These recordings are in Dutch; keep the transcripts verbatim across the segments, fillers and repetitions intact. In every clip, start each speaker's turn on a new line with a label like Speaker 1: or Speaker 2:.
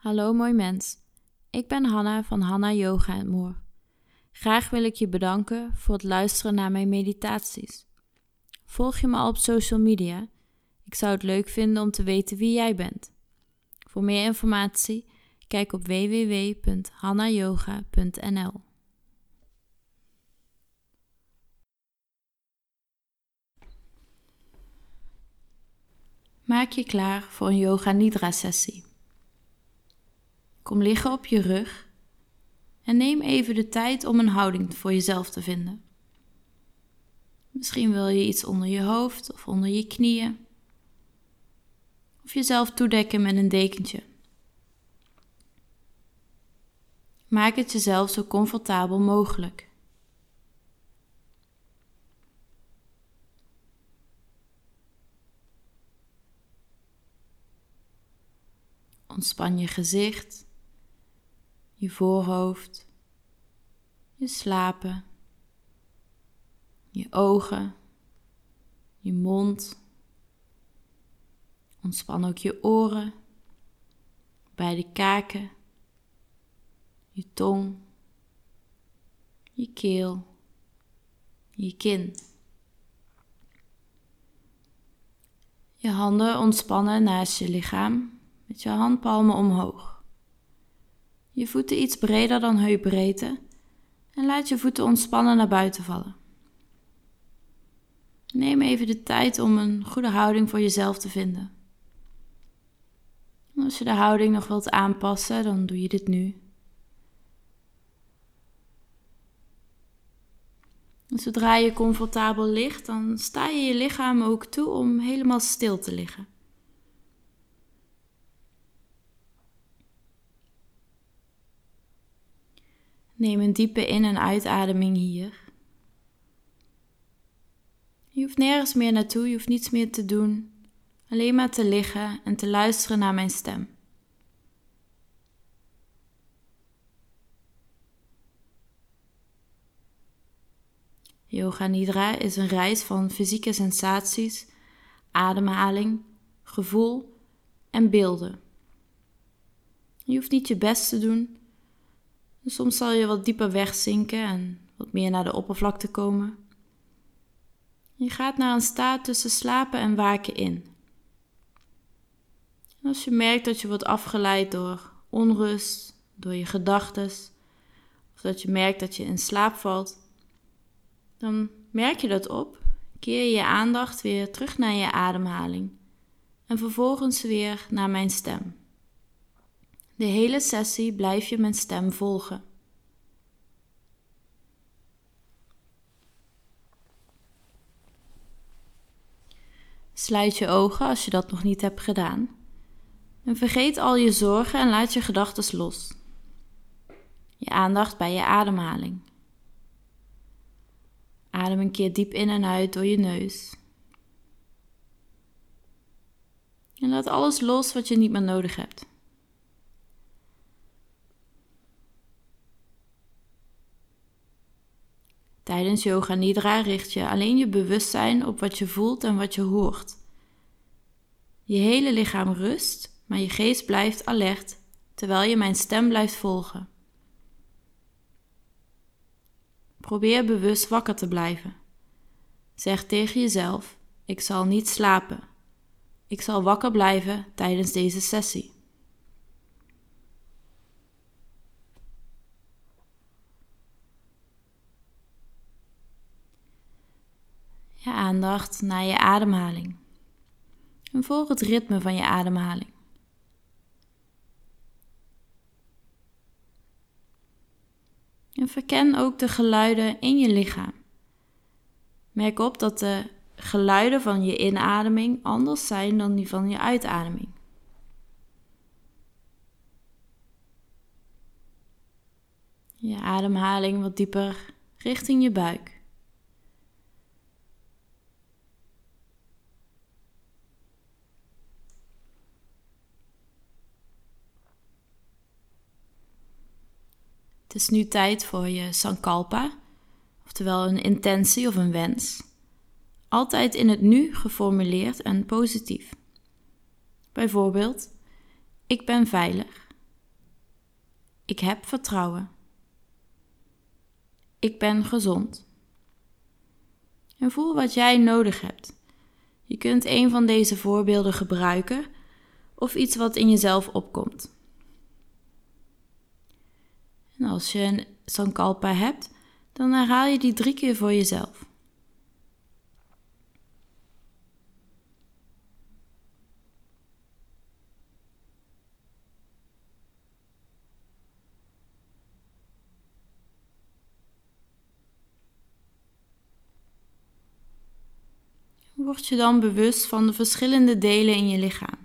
Speaker 1: Hallo mooi mens, ik ben Hanna van Hanna Yoga and More. Graag wil ik je bedanken voor het luisteren naar mijn meditaties. Volg je me al op social media? Ik zou het leuk vinden om te weten wie jij bent. Voor meer informatie, kijk op w w w punt hanna yoga punt n l. Maak je klaar voor een Yoga Nidra sessie. Kom liggen op je rug en neem even de tijd om een houding voor jezelf te vinden. Misschien wil je iets onder je hoofd of onder je knieën. Of jezelf toedekken met een dekentje. Maak het jezelf zo comfortabel mogelijk. Ontspan je gezicht, je voorhoofd, je slapen, je ogen, je mond. Ontspan ook je oren, beide kaken, je tong, je keel, je kin. Je handen ontspannen naast je lichaam met je handpalmen omhoog. Je voeten iets breder dan heupbreedte en laat je voeten ontspannen naar buiten vallen. Neem even de tijd om een goede houding voor jezelf te vinden. Als je de houding nog wilt aanpassen, dan doe je dit nu. En zodra je comfortabel ligt, dan sta je je lichaam ook toe om helemaal stil te liggen. Neem een diepe in- en uitademing hier. Je hoeft nergens meer naartoe, je hoeft niets meer te doen. Alleen maar te liggen en te luisteren naar mijn stem. Yoga Nidra is een reis van fysieke sensaties, ademhaling, gevoel en beelden. Je hoeft niet je best te doen. Soms zal je wat dieper wegzinken en wat meer naar de oppervlakte komen. Je gaat naar een staat tussen slapen en waken in. En als je merkt dat je wordt afgeleid door onrust, door je gedachten, of dat je merkt dat je in slaap valt, dan merk je dat op, keer je je aandacht weer terug naar je ademhaling en vervolgens weer naar mijn stem. De hele sessie blijf je mijn stem volgen. Sluit je ogen als je dat nog niet hebt gedaan. En vergeet al je zorgen en laat je gedachten los. Je aandacht bij je ademhaling. Adem een keer diep in en uit door je neus. En laat alles los wat je niet meer nodig hebt. Tijdens Yoga Nidra richt je alleen je bewustzijn op wat je voelt en wat je hoort. Je hele lichaam rust, maar je geest blijft alert, terwijl je mijn stem blijft volgen. Probeer bewust wakker te blijven. Zeg tegen jezelf, ik zal niet slapen. Ik zal wakker blijven tijdens deze sessie. Je aandacht naar je ademhaling. En volg het ritme van je ademhaling. En verken ook de geluiden in je lichaam. Merk op dat de geluiden van je inademing anders zijn dan die van je uitademing. Je ademhaling wat dieper richting je buik. Het is nu tijd voor je Sankalpa, oftewel een intentie of een wens. Altijd in het nu geformuleerd en positief. Bijvoorbeeld, ik ben veilig, Ik heb vertrouwen. Ik ben gezond. En voel wat jij nodig hebt. Je kunt een van deze voorbeelden gebruiken of iets wat in jezelf opkomt. En als je een Sankalpa hebt, dan herhaal je die drie keer voor jezelf. Word je dan bewust van de verschillende delen in je lichaam.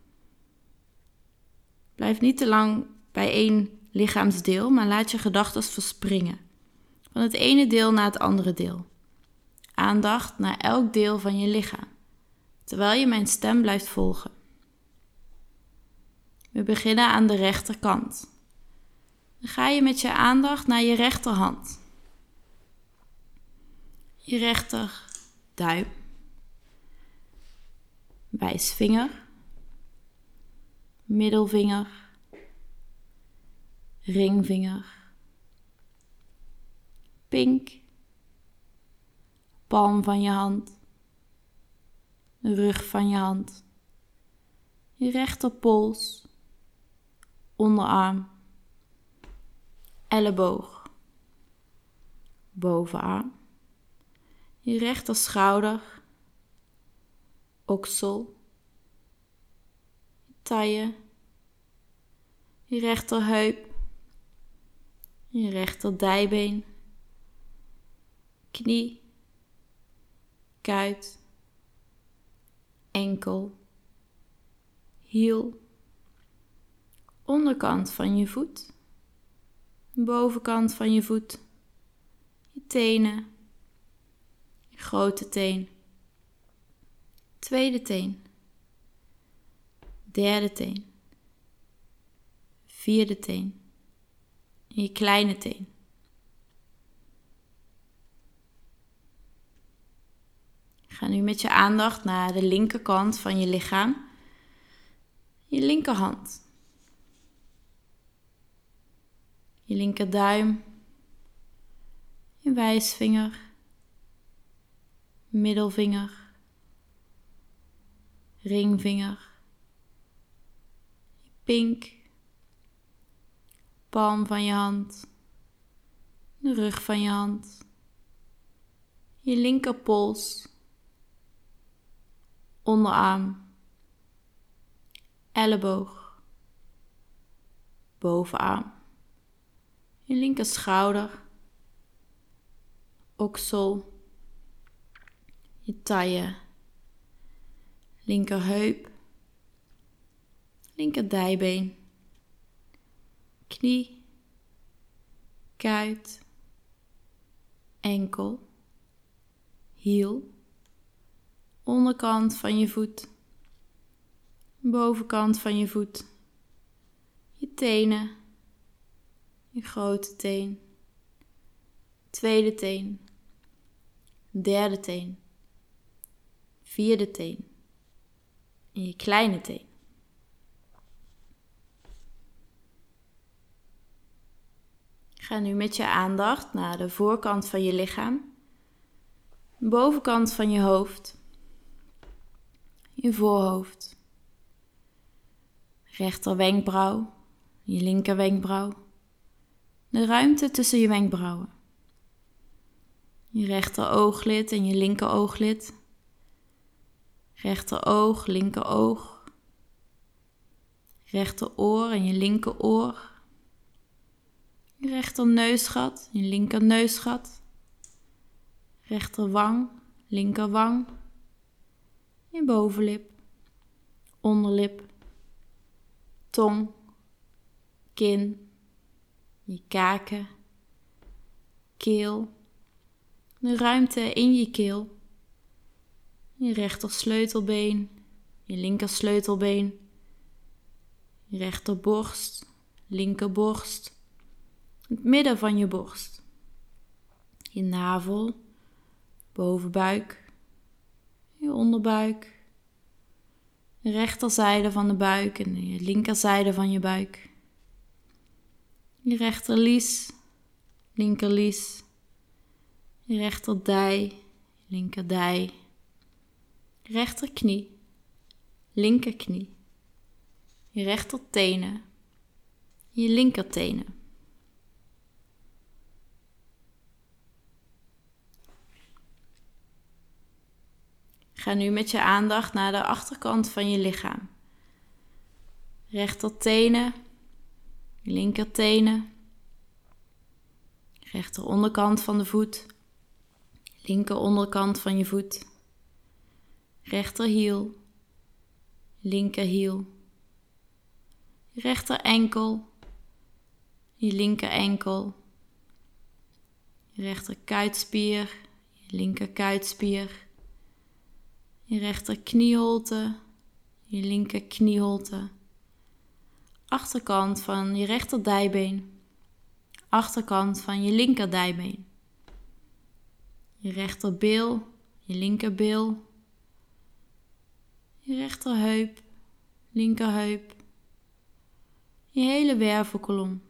Speaker 1: Blijf niet te lang bij één lichaamsdeel, maar laat je gedachten verspringen. Van het ene deel naar het andere deel. Aandacht naar elk deel van je lichaam, terwijl je mijn stem blijft volgen. We beginnen aan de rechterkant. Dan ga je met je aandacht naar je rechterhand. Je rechterduim. Wijsvinger. Middelvinger. Ringvinger. Pink. Palm van je hand. De rug van je hand. Je rechterpols. Onderarm. Elleboog. Bovenarm. Je rechterschouder. Oksel. Taille. Je rechterheup. Je rechterdijbeen. Knie. Kuit. Enkel. Hiel. Onderkant van je voet. Bovenkant van je voet. Je tenen. Je grote teen. Tweede teen. Derde teen. Vierde teen. En je kleine teen. Ga nu met je aandacht naar de linkerkant van je lichaam. Je linkerhand. Je linkerduim. Je wijsvinger. Middelvinger. Ringvinger. Je pink. Palm van je hand. De rug van je hand. Je linkerpols. Onderarm. Elleboog. Bovenarm. Je linkerschouder. Oksel. Je taille. Linkerheup. Linkerdijbeen. Knie. Kuit. Enkel. Hiel. Onderkant van je voet. Bovenkant van je voet. Je tenen. Je grote teen. Tweede teen. Derde teen. Vierde teen. En je kleine teen. Ga nu met je aandacht naar de voorkant van je lichaam. De bovenkant van je hoofd. Je voorhoofd. Rechter wenkbrauw. Je linker wenkbrauw. De ruimte tussen je wenkbrauwen. Je rechter ooglid en je linker ooglid. Rechter oog, linker oog. Rechter oor en je linker oor. Je rechter neusgat, je linker neusgat. Rechter wang, linker wang. Je bovenlip, onderlip. Tong, kin. Je kaken. Keel. De ruimte in je keel. Je rechter sleutelbeen, je linker sleutelbeen, je rechterborst, linkerborst, het midden van je borst, je navel, bovenbuik, je onderbuik, de rechterzijde van de buik en de linkerzijde van je buik, Je rechterlies, linkerlies. Je rechterdij, je linkerdij. Je rechterknie, linkerknie. Je rechtertenen, je linkertenen. Ga nu met je aandacht naar de achterkant van je lichaam. Rechtertenen, je linkertenen. Rechter onderkant van de voet, linker onderkant van je voet. Rechterhiel, linkerhiel. Je rechter enkel, je linker enkel. Je rechter kuitspier, je linker kuitspier. Je rechter knieholte, je linker knieholte. Achterkant van je rechter dijbeen. Achterkant van je linker dijbeen. Je rechterbeel, je linkerbeel. Je rechterheup, linkerheup. Je hele wervelkolom.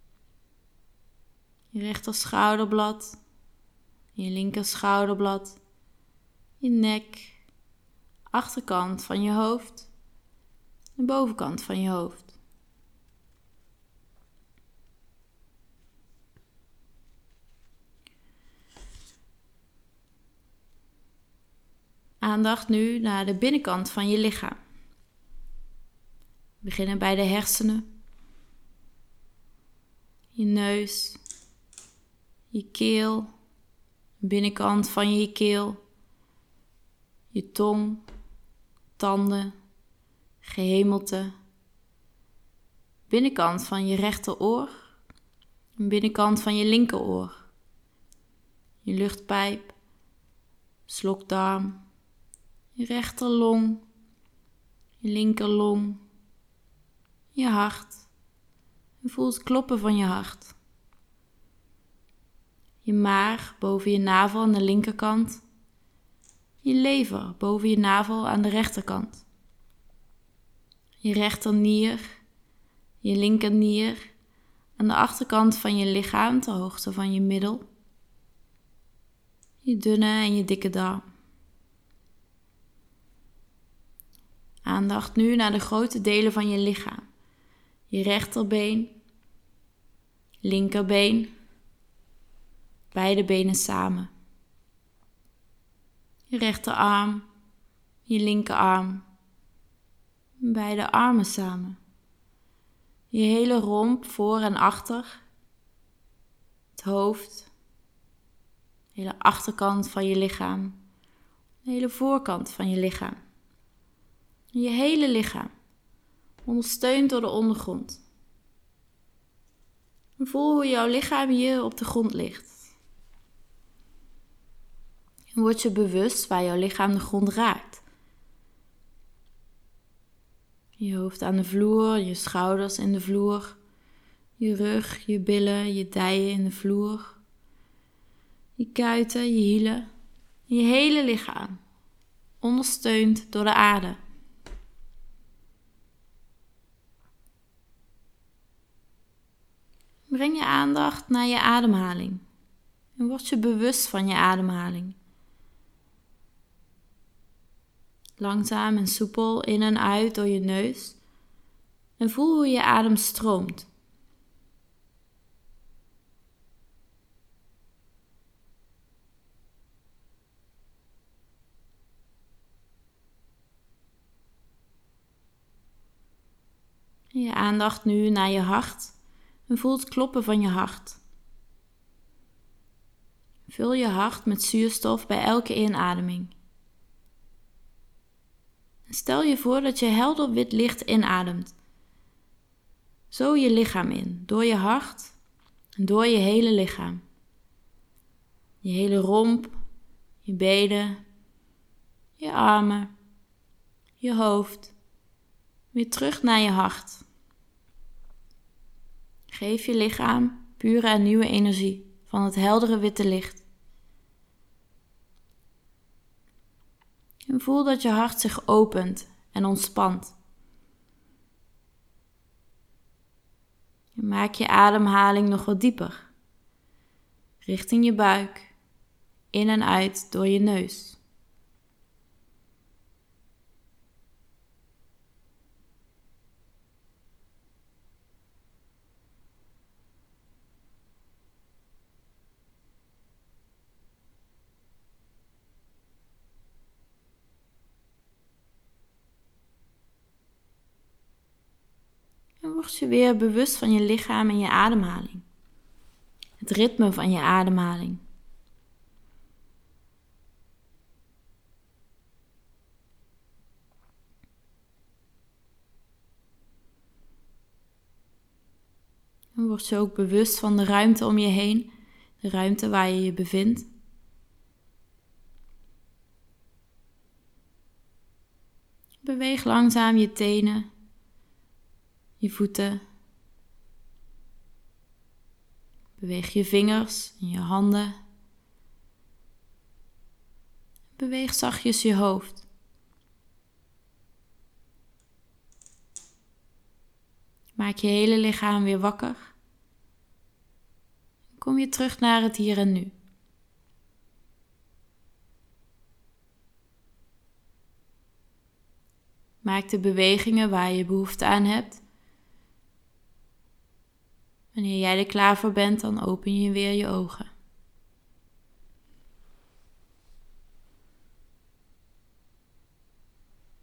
Speaker 1: Je rechter schouderblad, je linker schouderblad. Je nek, achterkant van je hoofd, de bovenkant van je hoofd. Aandacht nu naar de binnenkant van je lichaam. We beginnen bij de hersenen, je neus, je keel, de binnenkant van je keel, je tong, tanden, gehemelte, binnenkant van je rechteroor en binnenkant van je linkeroor, je luchtpijp, slokdarm, je rechterlong, je linkerlong, je hart. En voel het kloppen van je hart. Je maag boven je navel aan de linkerkant. Je lever boven je navel aan de rechterkant. Je rechternier, je linkernier aan de achterkant van je lichaam ter hoogte van je middel. Je dunne en je dikke darm. Aandacht nu naar de grote delen van je lichaam. Je rechterbeen, linkerbeen, beide benen samen. Je rechterarm, je linkerarm, beide armen samen. Je hele romp voor en achter, het hoofd, de hele achterkant van je lichaam, de hele voorkant van je lichaam. Je hele lichaam, ondersteund door de ondergrond. En voel hoe jouw lichaam hier op de grond ligt. En word je bewust waar jouw lichaam de grond raakt. Je hoofd aan de vloer, je schouders in de vloer, je rug, je billen, je dijen in de vloer, je kuiten, je hielen, je hele lichaam, ondersteund door de aarde. Breng je aandacht naar je ademhaling en word je bewust van je ademhaling. Langzaam en soepel in en uit door je neus en voel hoe je adem stroomt. Je aandacht nu naar je hart en voel het kloppen van je hart. Vul je hart met zuurstof bij elke inademing. En stel je voor dat je helder wit licht inademt. Zo je lichaam in, door je hart en door je hele lichaam. Je hele romp, je benen, je armen, je hoofd. Weer terug naar je hart. Geef je lichaam pure en nieuwe energie van het heldere witte licht. En voel dat je hart zich opent en ontspant. En maak je ademhaling nog wat dieper. Richting je buik, in en uit door je neus. En word je weer bewust van je lichaam en je ademhaling. Het ritme van je ademhaling. En word je ook bewust van de ruimte om je heen, de ruimte waar je je bevindt. Beweeg langzaam je tenen, je voeten. Beweeg je vingers en je handen. Beweeg zachtjes je hoofd. Maak je hele lichaam weer wakker. Kom je terug naar het hier en nu. Maak de bewegingen waar je behoefte aan hebt. Wanneer jij er klaar voor bent, dan open je weer je ogen.